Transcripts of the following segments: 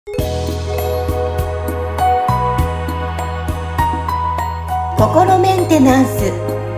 心メンテナンス。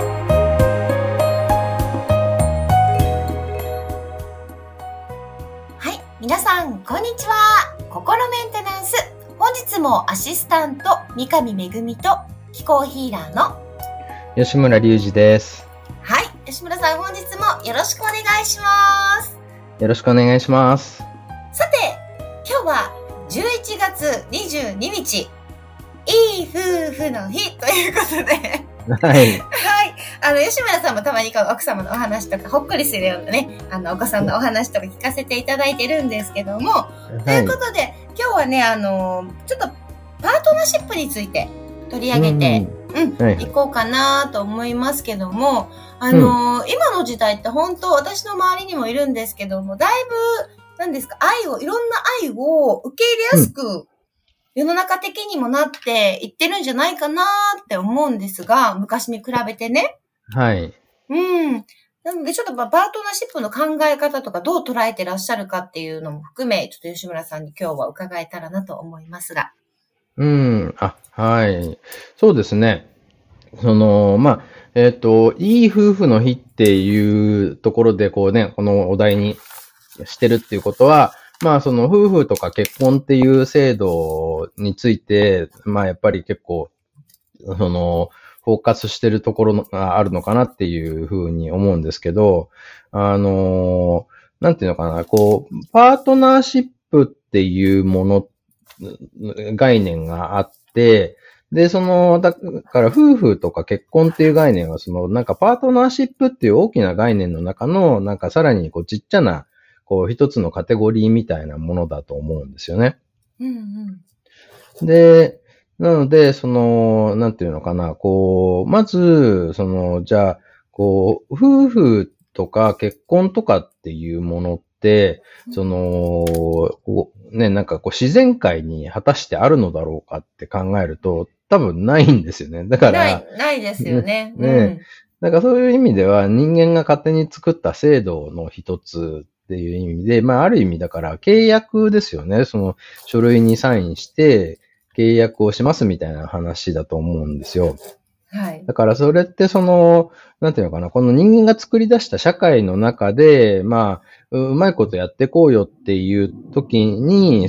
はい、皆さんこんにちは。心メンテナンス。本日もアシスタント三上恵と気候ヒーラーの吉村隆二です。 はい、吉村さん本日もよろしくお願いします。 よろしくお願いします。 さて、今日は11月22日、いい夫婦の日ということではい。 はい。吉村さんもたまに奥様のお話とか、ほっこりするようなね、お子さんのお話とか聞かせていただいてるんですけども、はい、ということで、今日はね、ちょっとパートナーシップについて取り上げて、いこうかなと思いますけども、今の時代って本当、私の周りにもいるんですけども、だいぶ、何ですか、いろんな愛を受け入れやすく、世の中的にもなっていってるんじゃないかなって思うんですが、昔に比べてね。 はい。 なのでちょっとパートナーシップの考え方とかどう捉えてらっしゃるかっていうのも含め、ちょっと吉村さんに今日は伺えたらなと思いますが。 はい。そうですね。いい夫婦の日っていうところでこのお題にしてるっていうことは、夫婦とか結婚っていう制度について、やっぱり結構、フォーカスしてるところがあるのかなっていうふうに思うんですけど、なんていうのかな、パートナーシップっていうもの、概念があって、で、だから夫婦とか結婚っていう概念は、パートナーシップっていう大きな概念の中の、さらにちっちゃな、一つのカテゴリーみたいなものだと思うんですよね。で、なので、なんていうのかな、まず、じゃあ、夫婦とか結婚とかっていうものって、自然界に果たしてあるのだろうかって考えると、多分ないんですよね。だから。 ないですよね。 だからそういう意味では人間が勝手に作った制度の一つっていう意味で、ある意味だから契約ですよね。その書類にサインして契約をしますみたいな話だと思うんですよ。 はい。 だからそれってなんていうのかな、この人間が作り出した社会の中で、うまいことやってこうよっていう時に、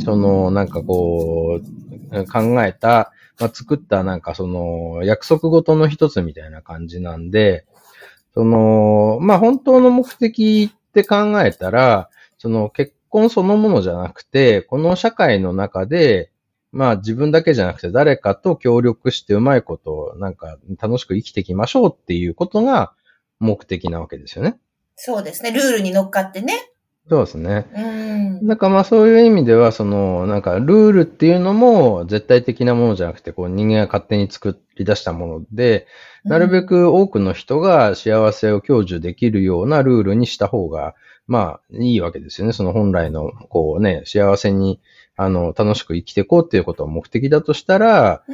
考えた、作った約束事の一つみたいな感じなんで、本当の目的って考えたら、結婚そのものじゃなくて、この社会の中で、自分だけじゃなくて誰かと協力してうまいことを楽しく生きていきましょうっていうことが目的なわけですよね。 そうですね。ルールに乗っかってね。 そうですね。だからそういう意味では、ルールっていうのも絶対的なものじゃなくて、人間が勝手に作り出したもので、なるべく多くの人が幸せを享受できるようなルールにした方が、いいわけですよね。その本来の、幸せに、楽しく生きていこうっていうことが目的だとしたら、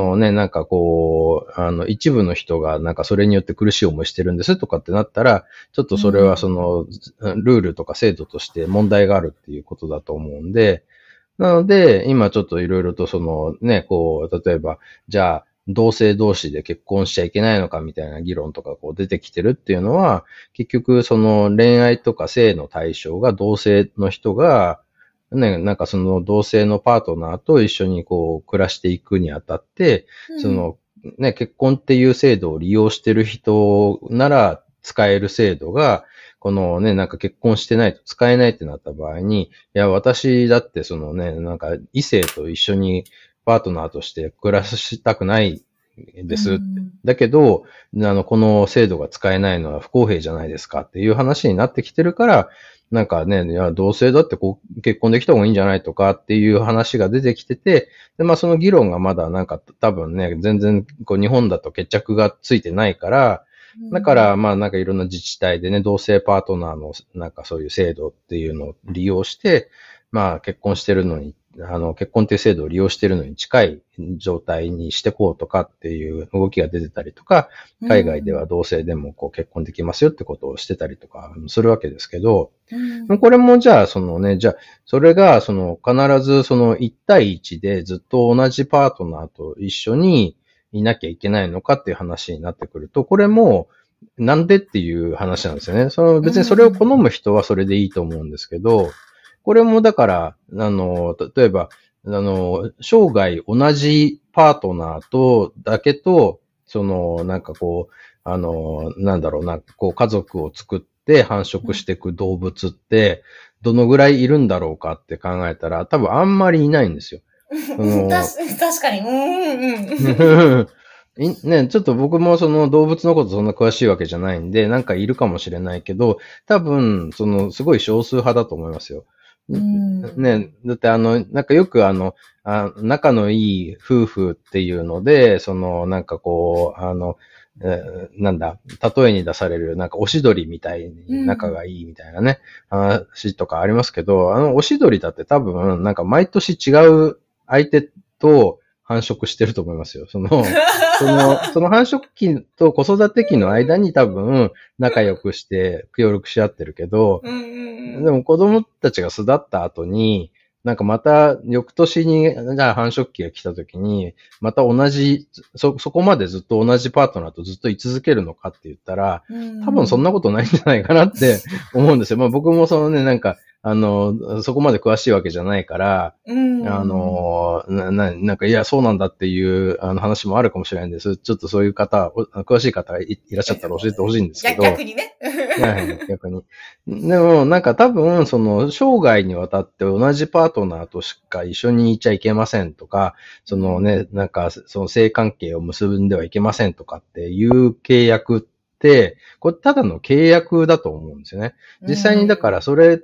一部の人がそれによって苦しい思いしてるんですとかってなったら、ちょっとそれはルールとか制度として問題があるっていうことだと思うんで、なので、今ちょっといろいろと例えば、じゃあ、同性同士で結婚しちゃいけないのかみたいな議論とか出てきてるっていうのは、結局恋愛とか性の対象が同性の人が、同性のパートナーと一緒に暮らしていくにあたって、結婚っていう制度を利用してる人なら使える制度が、結婚してないと使えないってなった場合に、いや、私だって異性と一緒にパートナーとして暮らしたくないです。だけど、この制度が使えないのは不公平じゃないですかっていう話になってきてるから、いや、同性だって結婚できた方がいいんじゃないとかっていう話が出てきてて、で、その議論がまだ多分ね、全然日本だと決着がついてないから、だから、いろんな自治体でね、同性パートナーのそういう制度っていうのを利用して、結婚してるのに結婚っていう制度を利用しているのに近い状態にしてこうとかっていう動きが出てたりとか、海外では同性でもこう結婚できますよってことをしてたりとかするわけですけど、これもじゃあじゃあそれが必ず1対1でずっと同じパートナーと一緒にいなきゃいけないのかっていう話になってくると、これもなんでっていう話なんですよね。別にそれを好む人はそれでいいと思うんですけど、これもだから、例えば、生涯同じパートナーと、だけと、なんかこう、なんだろうな、こう家族を作って繁殖していく動物って、どのぐらいいるんだろうかって考えたら、多分あんまりいないんですよ。 確かに。 ね、ちょっと僕も動物のことそんな詳しいわけじゃないんで、なんかいるかもしれないけど、多分、すごい少数派だと思いますよ。ね、だってなんかよく仲のいい夫婦っていうので、なんかこう、なんだ、例えに出される、なんかおしどりみたいに仲がいいみたいなね、話とかありますけど、おしどりだって多分、なんか毎年違う相手と繁殖してると思いますよ。その繁殖期と子育て期の間に多分仲良くして協力し合ってるけど、でも子供たちが巣立った後に、なんかまた翌年に、じゃあ繁殖期が来た時に、また同じ、そこまでずっと同じパートナーとずっと居続けるのかって言ったら、多分そんなことないんじゃないかなって思うんですよ。まあ僕もなんか、そこまで詳しいわけじゃないから、なんか、いや、そうなんだっていう、話もあるかもしれないんです。ちょっとそういう方、詳しい方がいらっしゃったら教えてほしいんですけど。 逆にね。 はい、逆に。でも、なんか多分、生涯にわたって同じパートナーとしか一緒にいちゃいけませんとか、なんか、性関係を結んではいけませんとかっていう契約って、これただの契約だと思うんですよね。実際にだからそれって、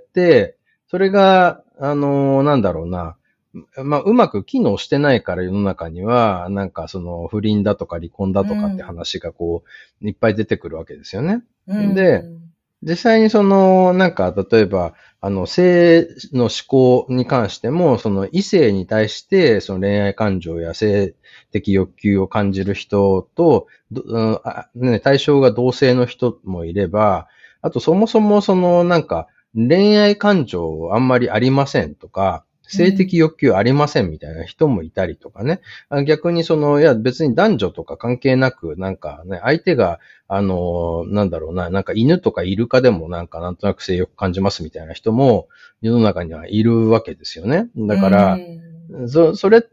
それが、なんだろうな、まあ、うまく機能してないから世の中には、なんか不倫だとか離婚だとかって話がこう、いっぱい出てくるわけですよね。で、実際になんか、例えば、性の思考に関しても、異性に対して、恋愛感情や性的欲求を感じる人と、対象が同性の人もいれば、あとそもそもなんか、恋愛感情あんまりありませんとか、性的欲求ありませんみたいな人もいたりとかね。逆にいや別に男女とか関係なく、なんかね、相手が、なんだろうな、なんか犬とかイルカでもなんとなく性欲感じますみたいな人も世の中にはいるわけですよね。だから、それって、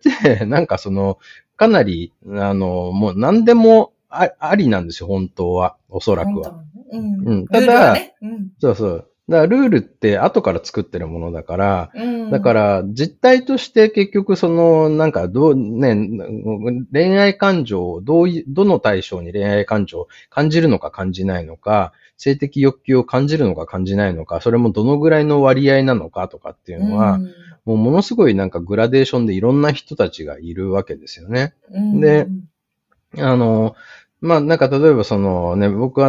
なんかかなり、もう何でもありなんですよ、本当は。おそらくは。ただ、そうそう。だからルールって後から作ってるものだから、だから実態として結局なんか恋愛感情をどの対象に恋愛感情を感じるのか感じないのか、性的欲求を感じるのか感じないのか、それもどのぐらいの割合なのかとかっていうのは、もうものすごいなんかグラデーションでいろんな人たちがいるわけですよね。で、まあ、なんか例えば僕は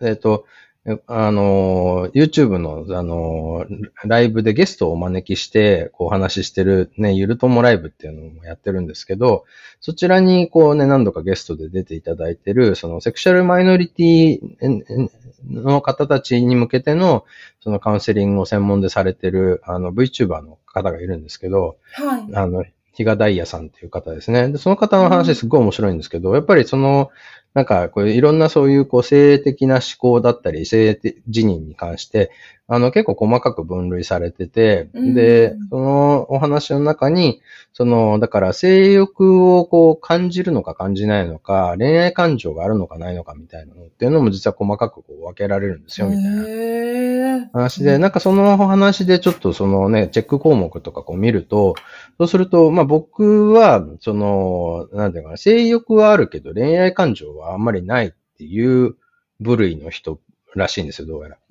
YouTube のライブでゲストをお招きして、こうお話ししてるね、ゆるともライブっていうのもやってるんですけど、そちらにこうね、何度かゲストで出ていただいてる、セクシャルマイノリティの方たちに向けての、カウンセリングを専門でされてる、VTuber の方がいるんですけど、比嘉ダイヤさんっていう方ですね。で、その方の話すごい面白いんですけど、やっぱりなんか、こういろんなそういう、性的な思考だったり、性自認に関して、結構細かく分類されてて、で、そのお話の中に、だから性欲をこう感じるのか感じないのか、恋愛感情があるのかないのかみたいなのっていうのも実は細かくこう分けられるんですよ、みたいな話で、なんかその話でちょっとチェック項目とかこう見ると、そうすると、まあ僕は、なんていうかな、性欲はあるけど恋愛感情はあんまりないっていう部類の人らしいんですよ、どうやら。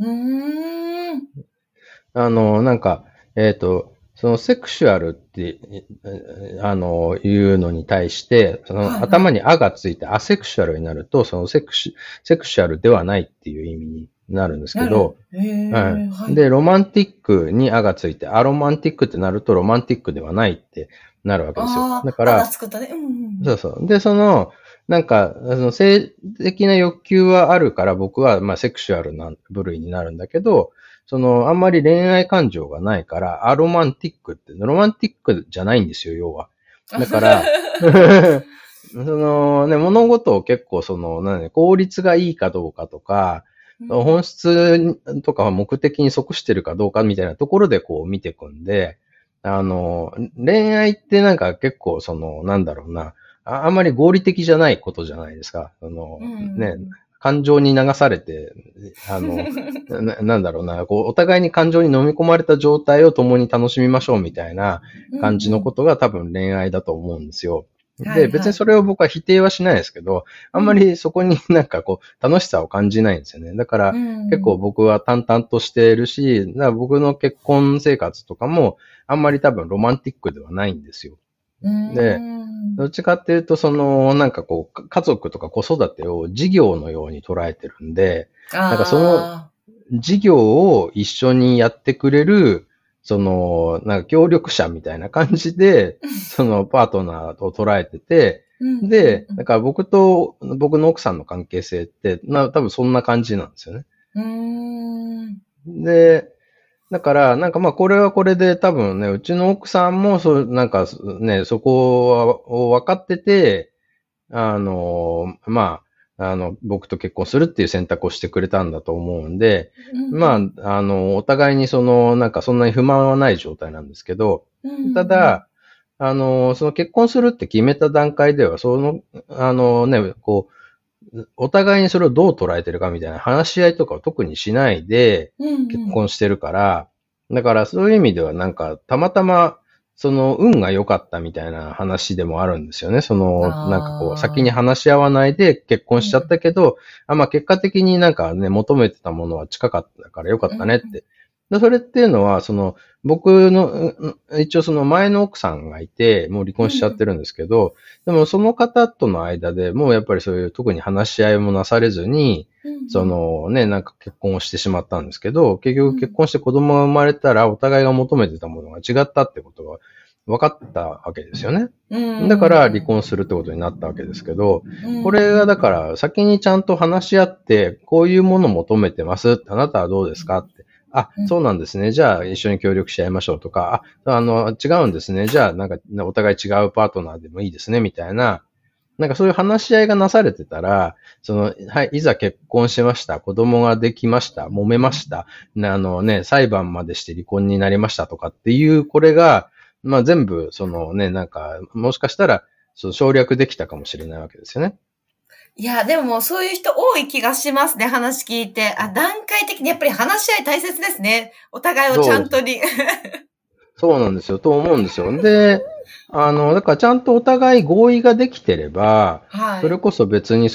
なんか、セクシュアルって、いうのに対して、頭にあがついてアセクシュアルになると、セクシュアルではないっていう意味になるんですけど、 はい。 で、ロマンティックにあがついて、アロマンティックってなるとロマンティックではないってなるわけですよ。だああ、あがから、 つくとね。 そうそう。で、なんか、性的な欲求はあるから僕は、まあ、セクシュアルな部類になるんだけど、あんまり恋愛感情がないから、アロマンティックって、ロマンティックじゃないんですよ、要は。だから、物事を結構効率がいいかどうかとか、本質とか目的に即してるかどうかみたいなところでこう見ていくんで、恋愛ってなんか結構なんだろうな、あんまり合理的じゃないことじゃないですか。感情に流されて、なんだろうな、こう、お互いに感情に飲み込まれた状態を共に楽しみましょうみたいな感じのことが多分恋愛だと思うんですよ。で、別にそれを僕は否定はしないですけど、あんまりそこになんかこう、楽しさを感じないんですよね。だから結構僕は淡々としているし、だから僕の結婚生活とかもあんまり多分ロマンティックではないんですよ。で、どっちかっていうと、なんかこう、家族とか子育てを事業のように捉えてるんで、なんかその事業を一緒にやってくれる、なんか協力者みたいな感じで、パートナーを捉えてて、で、だから僕と僕の奥さんの関係性って、多分そんな感じなんですよね。で、だから、なんかまあこれはこれで多分ね、うちの奥さんもなんかね、そこを分かってて、まあ、僕と結婚するっていう選択をしてくれたんだと思うんで、まあ、お互いになんかそんなに不満はない状態なんですけど、ただ、結婚するって決めた段階では、こう、お互いにそれをどう捉えてるかみたいな話し合いとかを特にしないで結婚してるから、だからそういう意味ではなんか、たまたま運が良かったみたいな話でもあるんですよね。なんかこう、先に話し合わないで結婚しちゃったけど、まあ結果的になんかね、求めてたものは近かったから良かったねって。でそれっていうのは、僕の、一応前の奥さんがいて、もう離婚しちゃってるんですけど、でもその方との間でもうやっぱりそういう特に話し合いもなされずに、なんか結婚をしてしまったんですけど、結局結婚して子供が生まれたらお互いが求めてたものが違ったってことが分かったわけですよね。だから離婚するってことになったわけですけど、これがだから先にちゃんと話し合って、こういうものを求めてます。あなたはどうですかって。あ、そうなんですね。じゃあ一緒に協力し合いましょうとか、違うんですね。じゃあなんかお互い違うパートナーでもいいですね、みたいな。なんかそういう話し合いがなされてたら、はい、いざ結婚しました。子供ができました。揉めました。裁判までして離婚になりましたとかっていう、これが、まあ全部、なんか、もしかしたら、省略できたかもしれないわけですよね。 いや、でもそういう人多い気がしますね、話聞いて。段階的にやっぱり話し合い大切ですね。お互いをちゃんとに。 そうなんですよ、と思うんですよ。で、だからちゃんとお互い合意ができてれば、それこそ別に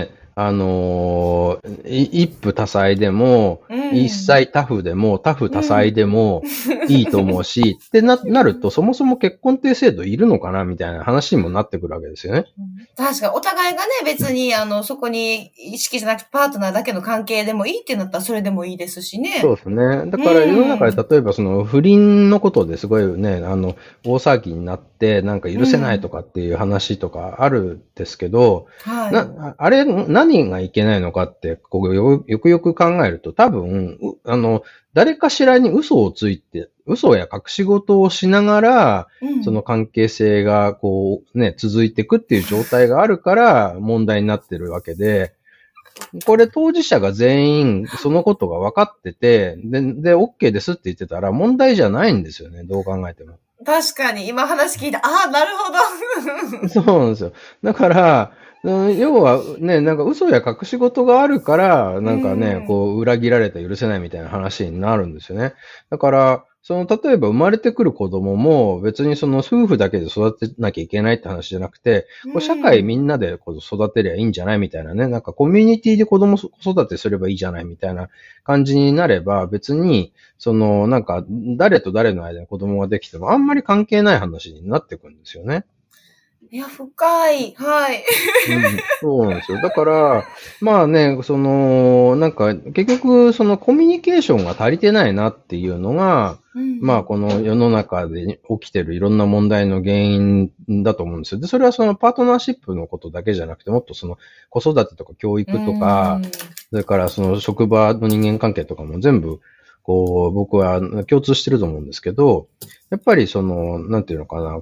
一夫多妻でも、一妻多夫でも、多夫多妻でもいいと思うし、ってなると、そもそも結婚っていう制度いるのかなみたいな話にもなってくるわけですよね。 確かに、お互いがね、別に、そこに意識じゃなくてパートナーだけの関係でもいいってなったらそれでもいいですしね。 そうですね。だから世の中で例えば不倫のことですごいね、大騒ぎになって、なんか許せないとかっていう話とかあるんですけど、あれ、何がいけないのかって、こうよくよく考えると、多分、誰かしらに嘘をついて、嘘や隠し事をしながら、その関係性がこうね、続いていくっていう状態があるから問題になってるわけで、これ当事者が全員そのことが分かってて、で、OK ですって言ってたら問題じゃないんですよね、どう考えても。 確かに、今話聞いた。なるほど。そうなんですよ。だから、要はね、なんか嘘や隠し事があるから、なんかね、こう裏切られた許せないみたいな話になるんですよね。だから、例えば生まれてくる子供も別に夫婦だけで育てなきゃいけないって話じゃなくて、社会みんなで育てりゃいいんじゃないみたいなね、なんかコミュニティで子供育てすればいいじゃないみたいな感じになれば、別に、なんか誰と誰の間に子供ができてもあんまり関係ない話になってくるんですよね。 いや、深い。はい。 うん、そうなんですよ。だから、まあね、なんか、結局、そのコミュニケーションが足りてないなっていうのが、 うんうんまあ、この世の中で起きてるいろんな問題の原因だと思うんですよ。で、それはそのパートナーシップのことだけじゃなくて、もっとその子育てとか教う育とか、 ん。 それからその職場の人間関係とかも全部、こう、僕は共通してると思うんですけど、やっぱりその、なんていうのかな、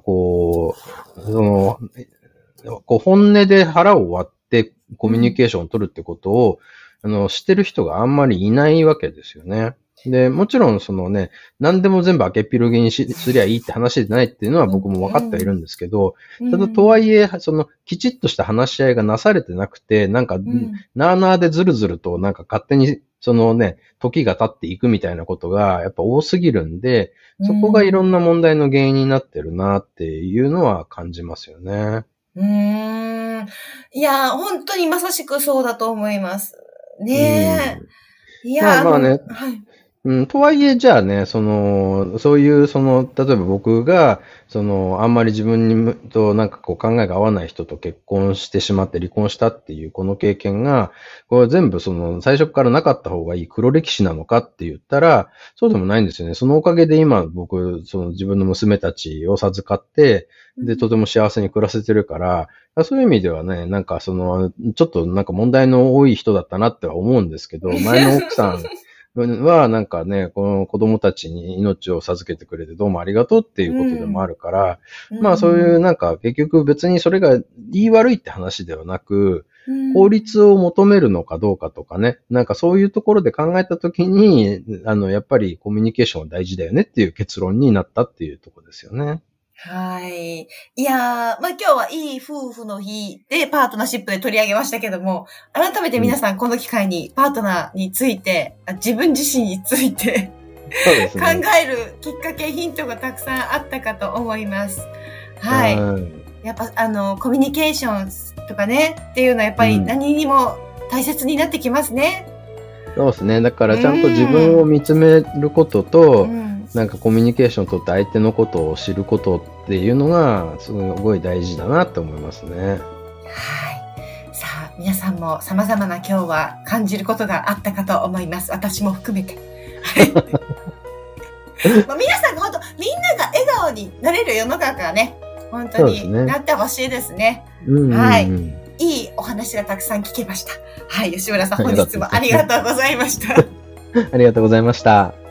本音で腹を割ってコミュニケーションを取るってことを、してる人があんまりいないわけですよね。で、もちろんそのね、何でも全部開けっぴろげにすりゃいいって話じゃないっていうのは僕も分かってはいるんですけど、ただとはいえ、その、きちっとした話し合いがなされてなくて、なんか、なーなーでずるずるとなんか勝手に、そのね、時が経っていくみたいなことがやっぱ多すぎるんで、そこがいろんな問題の原因になってるなっていうのは感じますよね。 いや、本当にまさしくそうだと思います。 うねん。 え。いや、 まあまあね、 はい。 とはいえ、じゃあね、そういう、例えば僕が、あんまり自分となんかこう考えが合わない人と結婚してしまって離婚したっていうこの経験が、これ全部最初からなかった方がいい黒歴史なのかって言ったら、そうでもないんですよね。そのおかげで今僕、自分の娘たちを授かって、で、とても幸せに暮らせてるから、そういう意味ではね、なんかちょっとなんか問題の多い人だったなっては思うんですけど、前の奥さん、は、なんかね、この子供たちに命を授けてくれてどうもありがとうっていうことでもあるから、まあそういうなんか結局別にそれが言い悪いって話ではなく、効率を求めるのかどうかとかね、なんかそういうところで考えたときに、やっぱりコミュニケーションは大事だよねっていう結論になったっていうところですよね。 はい。いやー、まあ、今日はいい夫婦の日でパートナーシップで取り上げましたけども、改めて皆さんこの機会にパートナーについて、自分自身についてそうです考ね。 えるきっかけ、ヒントがたくさんあったかと思います。はい。やっぱ、コミュニケーションとかね、っていうのはやっぱり何にも大切になってきますね。 そうですね。だからちゃんと自分を見つめることと、なんかコミュニケーションをとって相手のことを知ることっていうのがすごい大事だなって思いますね。はい。 さあ、皆さんも様々な今日は感じることがあったかと思います。私も含めて。まあ、皆さんが本当、みんなが笑顔になれる世の中がね、本当になってほしいですね。はい。いいお話がたくさん聞けました。はい。吉村さん、本日もありがとうございました。 ありがとうございました。